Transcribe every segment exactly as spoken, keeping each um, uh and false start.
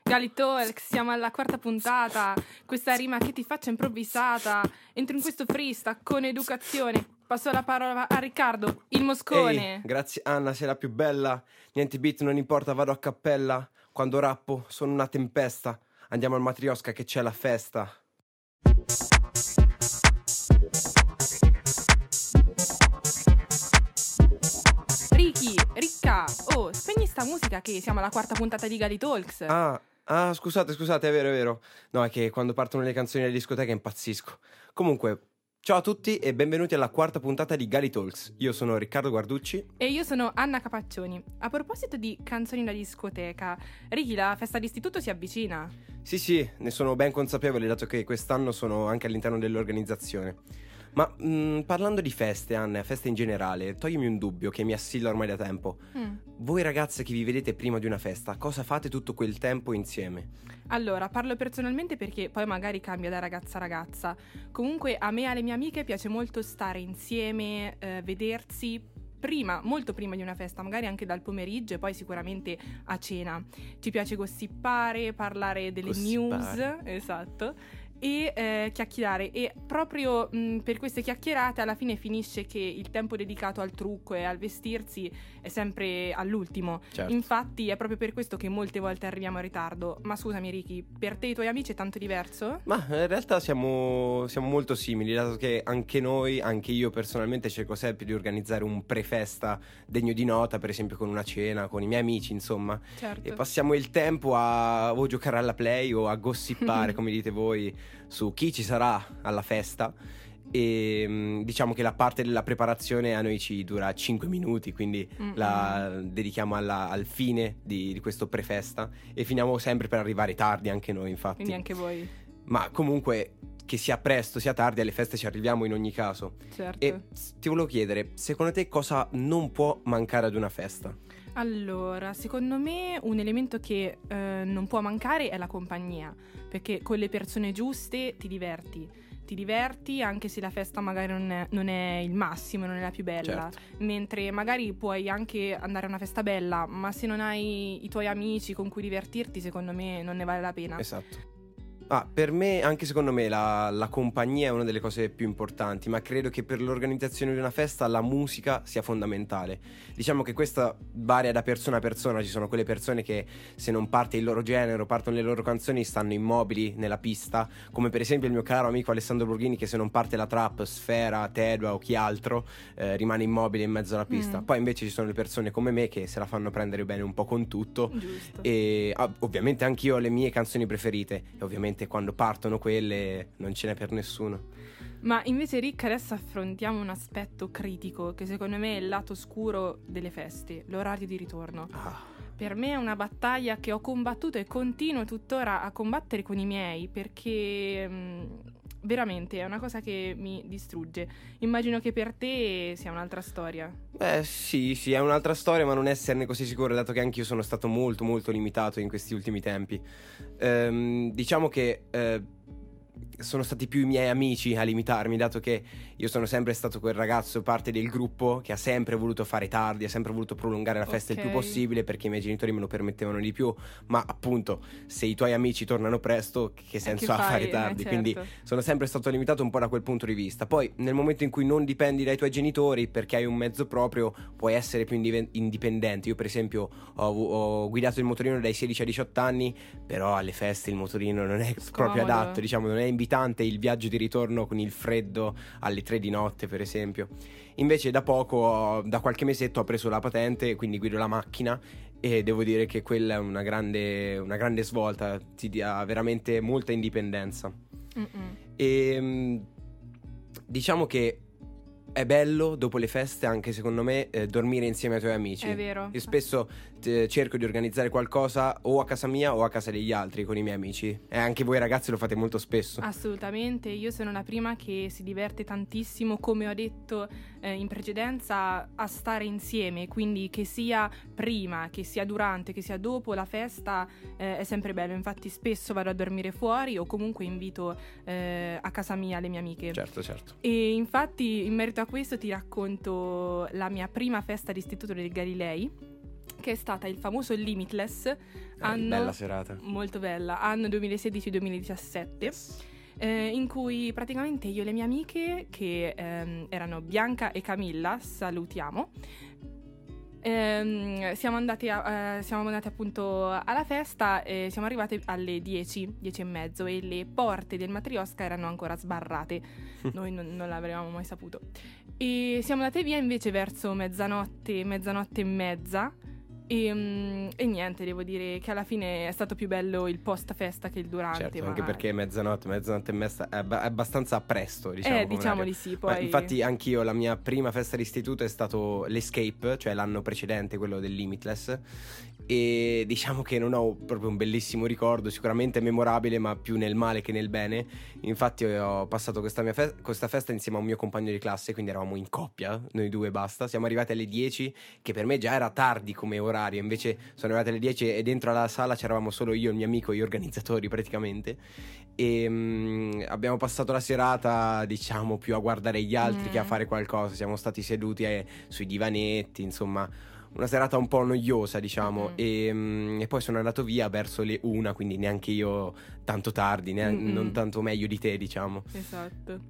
Gali Talk, siamo alla quarta puntata. Questa rima che ti faccio improvvisata. Entro in questo freestyle con educazione. Passo la parola a Riccardo, il moscone. Ehi, grazie Anna, sei la più bella. Niente beat, non importa, vado a cappella. Quando rappo sono una tempesta. Andiamo al Matrioska che c'è la festa. Ricky, Ricca, oh, spegni sta musica che siamo alla quarta puntata di Gali Talks. Ah, ah, scusate, scusate, è vero, è vero. No, è che quando partono le canzoni alle discoteche impazzisco. Comunque, ciao a tutti e benvenuti alla quarta puntata di Gali Talks. Io sono Riccardo Guarducci. E io sono Anna Capaccioni. A proposito di canzoni da discoteca, Ricky, la festa d'istituto si avvicina. Sì, sì, ne sono ben consapevole dato che quest'anno sono anche all'interno dell'organizzazione. Ma mh, parlando di feste, Anna, feste in generale, toglimi un dubbio che mi assilla ormai da tempo. Mm. Voi ragazze che vi vedete prima di una festa, cosa fate tutto quel tempo insieme? Allora, parlo personalmente perché poi magari cambia da ragazza a ragazza. Comunque a me e alle mie amiche piace molto stare insieme, eh, vedersi prima, molto prima di una festa, magari anche dal pomeriggio e poi sicuramente a cena. Ci piace gossipare, parlare delle Gossipare. news, esatto, e eh, chiacchierare. E proprio mh, per queste chiacchierate alla fine finisce che il tempo dedicato al trucco e al vestirsi è sempre all'ultimo. Certo. Infatti è proprio per questo che molte volte arriviamo in ritardo. Ma scusami Ricky, per te e i tuoi amici è tanto diverso? Ma in realtà siamo, siamo molto simili, dato che anche noi, anche io personalmente cerco sempre di organizzare un pre-festa degno di nota, per esempio con una cena, con i miei amici, insomma. Certo. E passiamo il tempo a o giocare alla play o a gossipare, come dite voi, su chi ci sarà alla festa. E mh, diciamo che la parte della preparazione a noi ci dura cinque minuti, quindi Mm-mm. la dedichiamo alla- al fine di, di questo pre-festa e finiamo sempre per arrivare tardi anche noi, infatti. Quindi anche voi, Ma comunque, che sia presto sia tardi, alle feste ci arriviamo in ogni caso. certo. E s- ti volevo chiedere, secondo te cosa non può mancare ad una festa? Allora, secondo me un elemento che eh, non può mancare è la compagnia, perché con le persone giuste ti diverti. Ti diverti anche se la festa magari non è, non è il massimo, non è la più bella. Certo. Mentre magari puoi anche andare a una festa bella, ma se non hai i tuoi amici con cui divertirti, secondo me non ne vale la pena. Esatto. Ah, per me, anche secondo me, la, la compagnia è una delle cose più importanti, ma credo che per l'organizzazione di una festa la musica sia fondamentale. Diciamo che questa varia da persona a persona, ci sono quelle persone che se non parte il loro genere, partono le loro canzoni, stanno immobili nella pista, come per esempio il mio caro amico Alessandro Borghini che se non parte la trap, Sfera, Tedua o chi altro, eh, rimane immobile in mezzo alla pista. Mm. Poi invece ci sono le persone come me che se la fanno prendere bene un po' con tutto. Giusto. E ah, ovviamente anch'io ho le mie canzoni preferite e ovviamente quando partono quelle non ce n'è per nessuno. Ma invece Rick, adesso affrontiamo un aspetto critico che secondo me è il lato scuro delle feste, l'orario di ritorno. Ah, Per me è una battaglia che ho combattuto e continuo tuttora a combattere con i miei perché mh, veramente è una cosa che mi distrugge. Immagino che per te sia un'altra storia. beh sì sì è un'altra storia, ma non esserne così sicuro dato che anch'io sono stato molto molto limitato in questi ultimi tempi. Ehm, diciamo che eh, sono stati più i miei amici a limitarmi, dato che io sono sempre stato quel ragazzo, parte del gruppo, che ha sempre voluto fare tardi, ha sempre voluto prolungare la festa il più Ok. possibile perché i miei genitori me lo permettevano di più. Ma appunto, se i tuoi amici tornano presto, che senso che ha fai? fare Eh, tardi? Quindi certo. sono sempre stato limitato un po' da quel punto di vista. Poi nel momento in cui non dipendi dai tuoi genitori perché hai un mezzo proprio, puoi essere più indiven- indipendente. Io per esempio ho, avu- ho guidato il motorino dai sedici a diciotto anni, però alle feste il motorino non è proprio Scomodo. adatto, diciamo, non è invitante il viaggio di ritorno con il freddo alle tre di notte, per esempio. Invece da poco, ho- da qualche mesetto ho preso la patente, quindi guido la macchina e devo dire che quella è una grande, una grande svolta, ti dà veramente molta indipendenza. Mm-mm. E mh, diciamo che è bello dopo le feste, anche secondo me, eh, dormire insieme ai tuoi amici. È vero. Io spesso eh, cerco di organizzare qualcosa o a casa mia o a casa degli altri con i miei amici. E anche voi ragazzi lo fate molto spesso. Assolutamente, io sono la prima che si diverte tantissimo, come ho detto eh, in precedenza, a stare insieme, quindi che sia prima, che sia durante, che sia dopo la festa eh, è sempre bello. Infatti spesso vado a dormire fuori o comunque invito eh, a casa mia le mie amiche. Certo, certo. E infatti in merito a questo ti racconto la mia prima festa d'istituto del Galilei, che che è stata il famoso Limitless, Eh, anno bella serata. molto bella, anno duemilasedici duemiladiciassette. Yes. Eh, in cui praticamente io e le mie amiche, che ehm, erano Bianca e Camilla, salutiamo, ehm, siamo andate a- eh, siamo andate appunto alla festa e siamo arrivate alle dieci, dieci e mezzo, e le porte del Matrioska erano ancora sbarrate. Noi non, non l'avremmo mai saputo. E siamo andate via invece verso mezzanotte, mezzanotte e mezza. E, mm, e niente, devo dire che alla fine è stato più bello il post festa che il durante. Certo, ma... anche perché mezzanotte, mezzanotte e mezza è, ab- è abbastanza presto, diciamo. Eh, come diciamo orario. di sì, Ma poi... infatti anch'io, la mia prima festa d'istituto è stato l'Escape, cioè l'anno precedente, quello del Limitless, e diciamo che non ho proprio un bellissimo ricordo, sicuramente memorabile, ma più nel male che nel bene. Infatti ho passato questa mia fe- questa festa insieme a un mio compagno di classe, quindi eravamo in coppia, noi due basta. Siamo arrivati alle dieci, che per me già era tardi come orario, invece sono arrivate alle dieci e dentro alla sala c'eravamo solo io, il mio amico e gli organizzatori praticamente. E mm, abbiamo passato la serata, diciamo, più a guardare gli altri Mm. che a fare qualcosa. Siamo stati seduti eh, sui divanetti, insomma, una serata un po' noiosa, diciamo. Mm. E, mm, e poi sono andato via verso le una, quindi neanche io tanto tardi, nean- Mm-mm. non tanto meglio di te, diciamo. Esatto.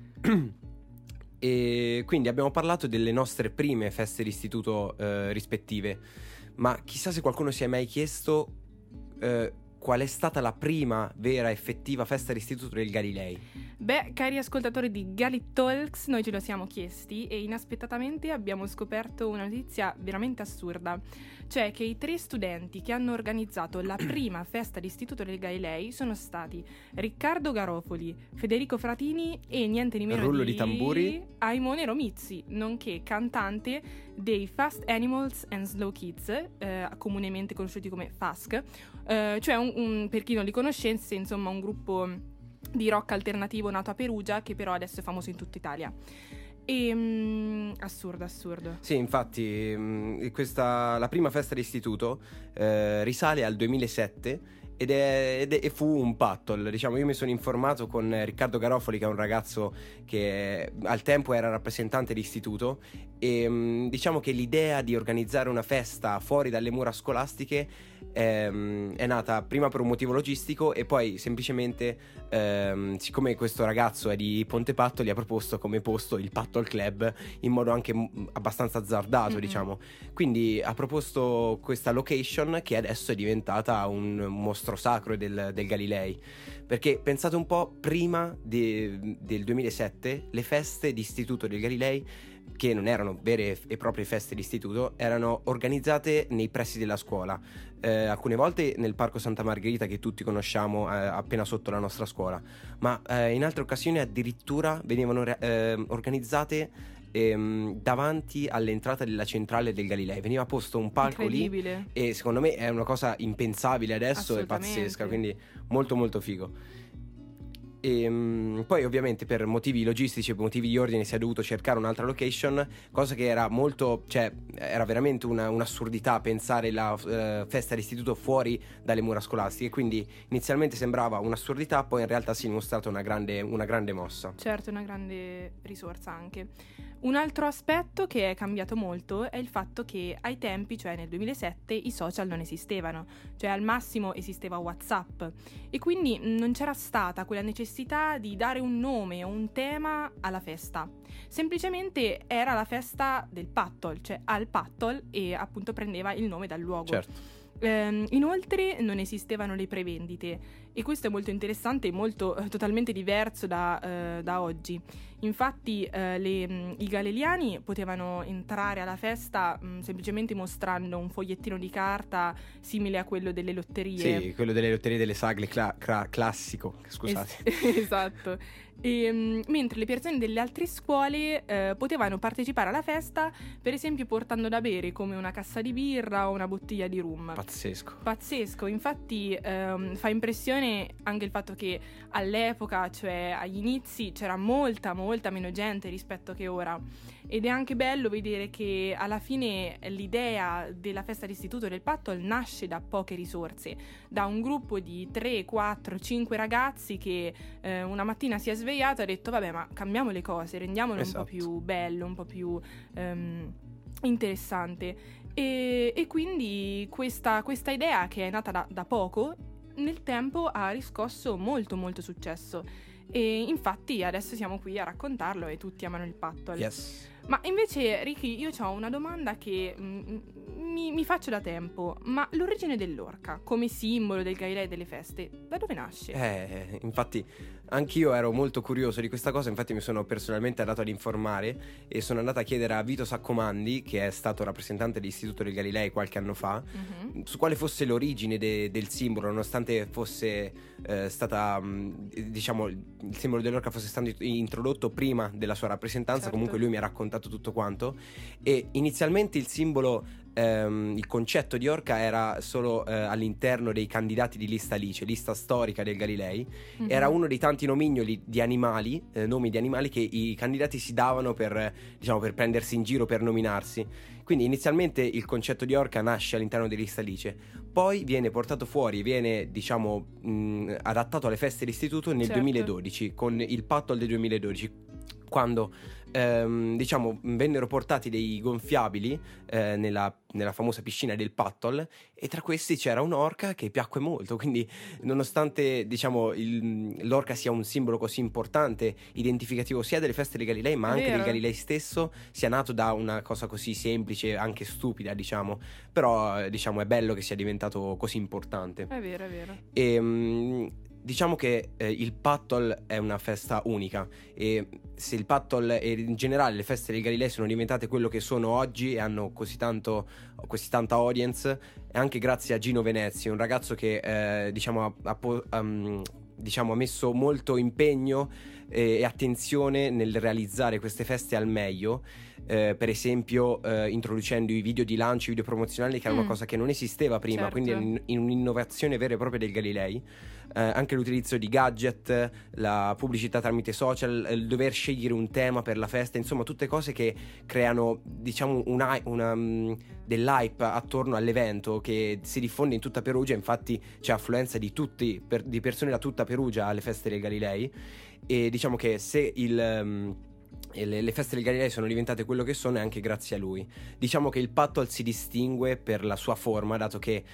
E quindi abbiamo parlato delle nostre prime feste d'istituto eh, rispettive, ma chissà se qualcuno si è mai chiesto eh, qual è stata la prima vera effettiva festa d'istituto del Galilei. Beh, cari ascoltatori di Gali Talks, noi ce lo siamo chiesti e inaspettatamente abbiamo scoperto una notizia veramente assurda, cioè che i tre studenti che hanno organizzato la prima festa d'istituto del Galilei sono stati Riccardo Garofoli, Federico Fratini e niente di meno Rullo di di tamburi. Aimone Romizzi, nonché cantante dei Fast Animals and Slow Kids, eh, comunemente conosciuti come F A S C, eh, cioè un, un- per chi non li conoscesse, insomma un gruppo di rock alternativo nato a Perugia, che però adesso è famoso in tutta Italia. E mm, assurdo, assurdo. Sì, infatti, mh, questa, la prima festa d'istituto eh, risale al duemilasette ed è, ed è- e fu un pattol. Diciamo, io mi sono informato con Riccardo Garofoli, che è un ragazzo che al tempo era rappresentante d'istituto, e mh, diciamo che l'idea di organizzare una festa fuori dalle mura scolastiche ehm, è nata prima per un motivo logistico e poi semplicemente ehm, siccome questo ragazzo è di Ponte Pattoli, ha proposto come posto il Pattol Club in modo anche m- abbastanza azzardato, Mm-mm. diciamo. Quindi ha proposto questa location che adesso è diventata un mostro sacro del, del Galilei, perché pensate un po', prima de- del duemilasette le feste d'istituto del Galilei, che non erano vere e proprie feste d'istituto, erano organizzate nei pressi della scuola, eh, alcune volte nel Parco Santa Margherita, che tutti conosciamo, eh, appena sotto la nostra scuola, ma eh, in altre occasioni addirittura venivano re- eh, organizzate ehm, davanti all'entrata della centrale del Galilei. Veniva posto un palco lì Incredibile. e secondo me è una cosa impensabile adesso, è Assolutamente. pazzesca, quindi molto molto figo. E mm, poi ovviamente per motivi logistici e motivi di ordine si è dovuto cercare un'altra location, cosa che era molto, cioè era veramente una, un'assurdità pensare la eh, festa d'istituto fuori dalle mura scolastiche, quindi inizialmente sembrava un'assurdità, poi in realtà si è dimostrata una grande, una grande mossa. Certo, una grande risorsa anche. Un altro aspetto che è cambiato molto è il fatto che ai tempi, cioè nel duemilasette, i social non esistevano, cioè al massimo esisteva WhatsApp e quindi non c'era stata quella necessità di dare un nome o un tema alla festa. Semplicemente era la festa del Pattol, cioè al Pattol, e appunto prendeva il nome dal luogo. Certo. Ehm, inoltre non esistevano le prevendite e questo è molto interessante e molto eh, totalmente diverso da, eh, da oggi. Infatti eh, le, mh, i galiliani potevano entrare alla festa mh, semplicemente mostrando un fogliettino di carta simile a quello delle lotterie. Sì, quello delle lotterie delle sagre cla- cra- classico, scusate. Es- esatto. E, mh, mentre le persone delle altre scuole eh, potevano partecipare alla festa, per esempio portando da bere come una cassa di birra o una bottiglia di rum. Pazzesco. Pazzesco, infatti ehm, fa impressione anche il fatto che all'epoca, cioè agli inizi, c'era molta molta meno gente rispetto che ora, ed è anche bello vedere che alla fine l'idea della festa d'istituto del Pattol nasce da poche risorse, da un gruppo di tre, quattro, cinque ragazzi che eh, una mattina si è svegliato e ha detto vabbè, ma cambiamo le cose, rendiamolo Esatto. un po' più bello, un po' più ehm, interessante. E, e quindi questa, questa idea, che è nata da, da poco, nel tempo ha riscosso molto molto successo. E infatti adesso siamo qui a raccontarlo e tutti amano il pattol. Yes. Ma invece, Ricky, io ho una domanda che mm, mi, mi faccio da tempo. Ma l'origine dell'orca, come simbolo del Galilei e delle feste, da dove nasce? Eh, infatti anch'io ero molto curioso di questa cosa, infatti mi sono personalmente andato ad informare e sono andato a chiedere a Vito Saccomandi, che è stato rappresentante dell'Istituto del Galilei qualche anno fa, Mhm. su quale fosse l'origine de- del simbolo, nonostante fosse eh, stata, mh, diciamo, il simbolo dell'orca fosse stato introdotto prima della sua rappresentanza. Certo. Comunque lui mi ha raccontato tutto quanto, e inizialmente il simbolo, ehm, il concetto di orca era solo eh, all'interno dei candidati di lista Alice, lista storica del Galilei. Mhm. Era uno dei tanti nomignoli di animali, eh, nomi di animali che i candidati si davano per, eh, diciamo, per prendersi in giro, per nominarsi. Quindi inizialmente il concetto di orca nasce all'interno di lista Alice, poi viene portato fuori e viene, diciamo, mh, adattato alle feste d'istituto nel Certo. duemiladodici, con il pattol del duemiladodici, quando ehm, diciamo vennero portati dei gonfiabili eh, nella, nella famosa piscina del pattol, e tra questi c'era un'orca che piacque molto. Quindi nonostante, diciamo, il, l'orca sia un simbolo così importante, identificativo sia delle feste dei Galilei ma È anche vero. del Galilei stesso, sia nato da una cosa così semplice, anche stupida, diciamo, però eh, diciamo è bello che sia diventato così importante. È vero, è vero. E mm, diciamo che eh, il pattol è una festa unica, e se il pattol e in generale le feste del Galilei sono diventate quello che sono oggi e hanno così tanto, così tanta audience, è anche grazie a Gino Venezzi, un ragazzo che eh, diciamo ha, ha po- um, diciamo ha messo molto impegno eh, e attenzione nel realizzare queste feste al meglio. Eh, per esempio eh, introducendo i video di lancio, i video promozionali, che era Mm. una cosa che non esisteva prima, Certo. quindi in, in un'innovazione vera e propria del Galilei. Eh, anche l'utilizzo di gadget, la pubblicità tramite social, il dover scegliere un tema per la festa, insomma tutte cose che creano, diciamo, una, una, um, dell'hype attorno all'evento che si diffonde in tutta Perugia. Infatti c'è affluenza di tutti, per, di persone da tutta Perugia alle feste del Galilei, e diciamo che se il... Um, e le, le feste del Galilei sono diventate quello che sono è anche grazie a lui. Diciamo che il pattol si distingue per la sua forma, dato che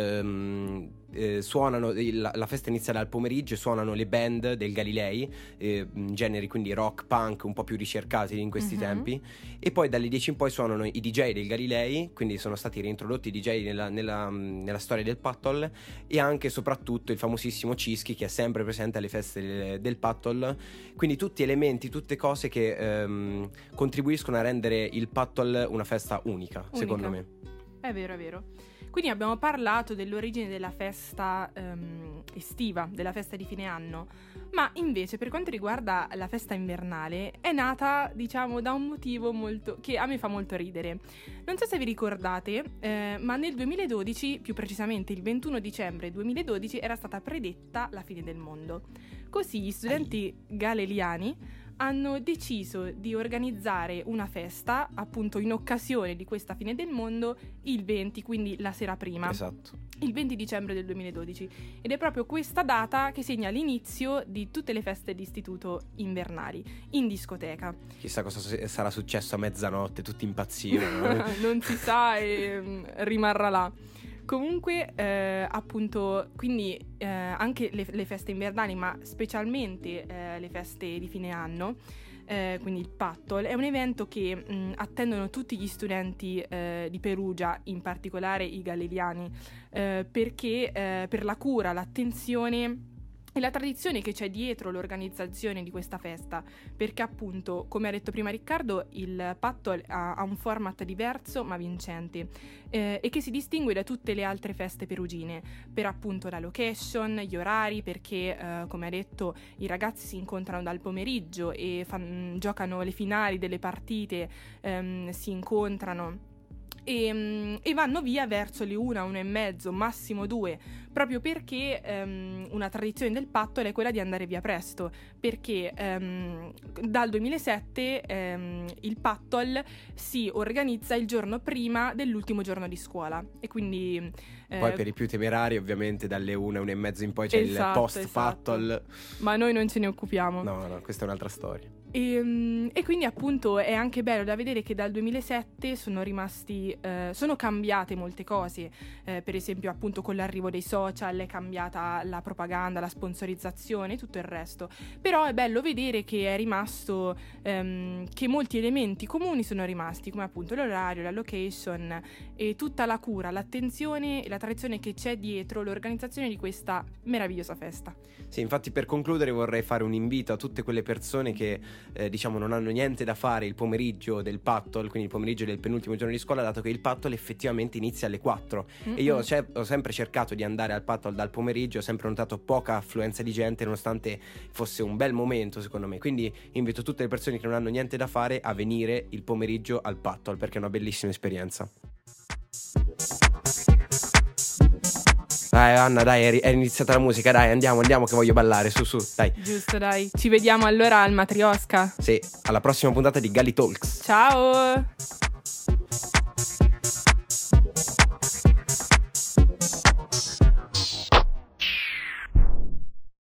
ehm, eh, suonano la, la festa inizia dal pomeriggio e suonano le band del Galilei, eh, generi quindi rock, punk un po' più ricercati in questi Mhm. tempi, e poi dalle dieci in poi suonano i D J del Galilei, quindi sono stati reintrodotti i D J nella, nella, nella storia del pattol, e anche e soprattutto il famosissimo Cischi, che è sempre presente alle feste del, del pattol. Quindi tutti elementi, tutte cose che ehm, contribuiscono a rendere il pattol una festa unica, secondo me. È vero, è vero. Quindi abbiamo parlato dell'origine della festa ehm, estiva, della festa di fine anno, ma invece per quanto riguarda la festa invernale è nata, diciamo, da un motivo molto che a me fa molto ridere. Non so se vi ricordate, eh, ma nel duemiladodici, più precisamente il ventuno dicembre duemiladodici, era stata predetta la fine del mondo. Così gli studenti galiliani hanno deciso di organizzare una festa appunto in occasione di questa fine del mondo il venti, quindi la sera prima, Esatto. il venti dicembre del duemiladodici, ed è proprio questa data che segna l'inizio di tutte le feste d'istituto invernali in discoteca. Chissà cosa s- sarà successo a mezzanotte, tutti impazzivano. Non si sa e mm, rimarrà là. Comunque, eh, appunto, quindi eh, anche le, le feste invernali, ma specialmente eh, le feste di fine anno, eh, quindi il pattol, è un evento che mh, attendono tutti gli studenti eh, di Perugia, in particolare i galiliani, eh, perché eh, per la cura, l'attenzione e la tradizione che c'è dietro l'organizzazione di questa festa, perché appunto, come ha detto prima Riccardo, il pattol ha, ha un format diverso ma vincente, eh, e che si distingue da tutte le altre feste perugine per appunto la location, gli orari, perché eh, come ha detto i ragazzi si incontrano dal pomeriggio e fan, giocano le finali delle partite, ehm, si incontrano E, e vanno via verso le una, una e mezzo, massimo due, proprio perché um, una tradizione del pattol è quella di andare via presto, perché um, dal duemilasette um, il pattol si organizza il giorno prima dell'ultimo giorno di scuola, e quindi eh, Poi per i più temerari ovviamente dalle una, una e mezzo in poi c'è Esatto, il post pattol. ma noi non ce ne occupiamo. No, no, questa è un'altra storia. E, e quindi appunto è anche bello da vedere che dal duemilasette sono rimasti, eh, sono cambiate molte cose, eh, per esempio appunto con l'arrivo dei social è cambiata la propaganda, la sponsorizzazione e tutto il resto, però è bello vedere che è rimasto, ehm, che molti elementi comuni sono rimasti, come appunto l'orario, la location e tutta la cura, l'attenzione e la tradizione che c'è dietro l'organizzazione di questa meravigliosa festa. Sì, infatti per concludere vorrei fare un invito a tutte quelle persone che eh, diciamo non hanno niente da fare il pomeriggio del pattol, quindi il pomeriggio del penultimo giorno di scuola, dato che il pattol effettivamente inizia alle quattro. Mm-hmm. E io ho, ce- ho sempre cercato di andare al pattol dal pomeriggio, ho sempre notato poca affluenza di gente nonostante fosse un bel momento secondo me, quindi invito tutte le persone che non hanno niente da fare a venire il pomeriggio al pattol perché è una bellissima esperienza. Dai Anna, dai, è, è iniziata la musica, dai, andiamo, andiamo che voglio ballare, su, su, dai. Giusto, dai. Ci vediamo allora al Matrioska. Sì, alla prossima puntata di Gali Talks. Ciao!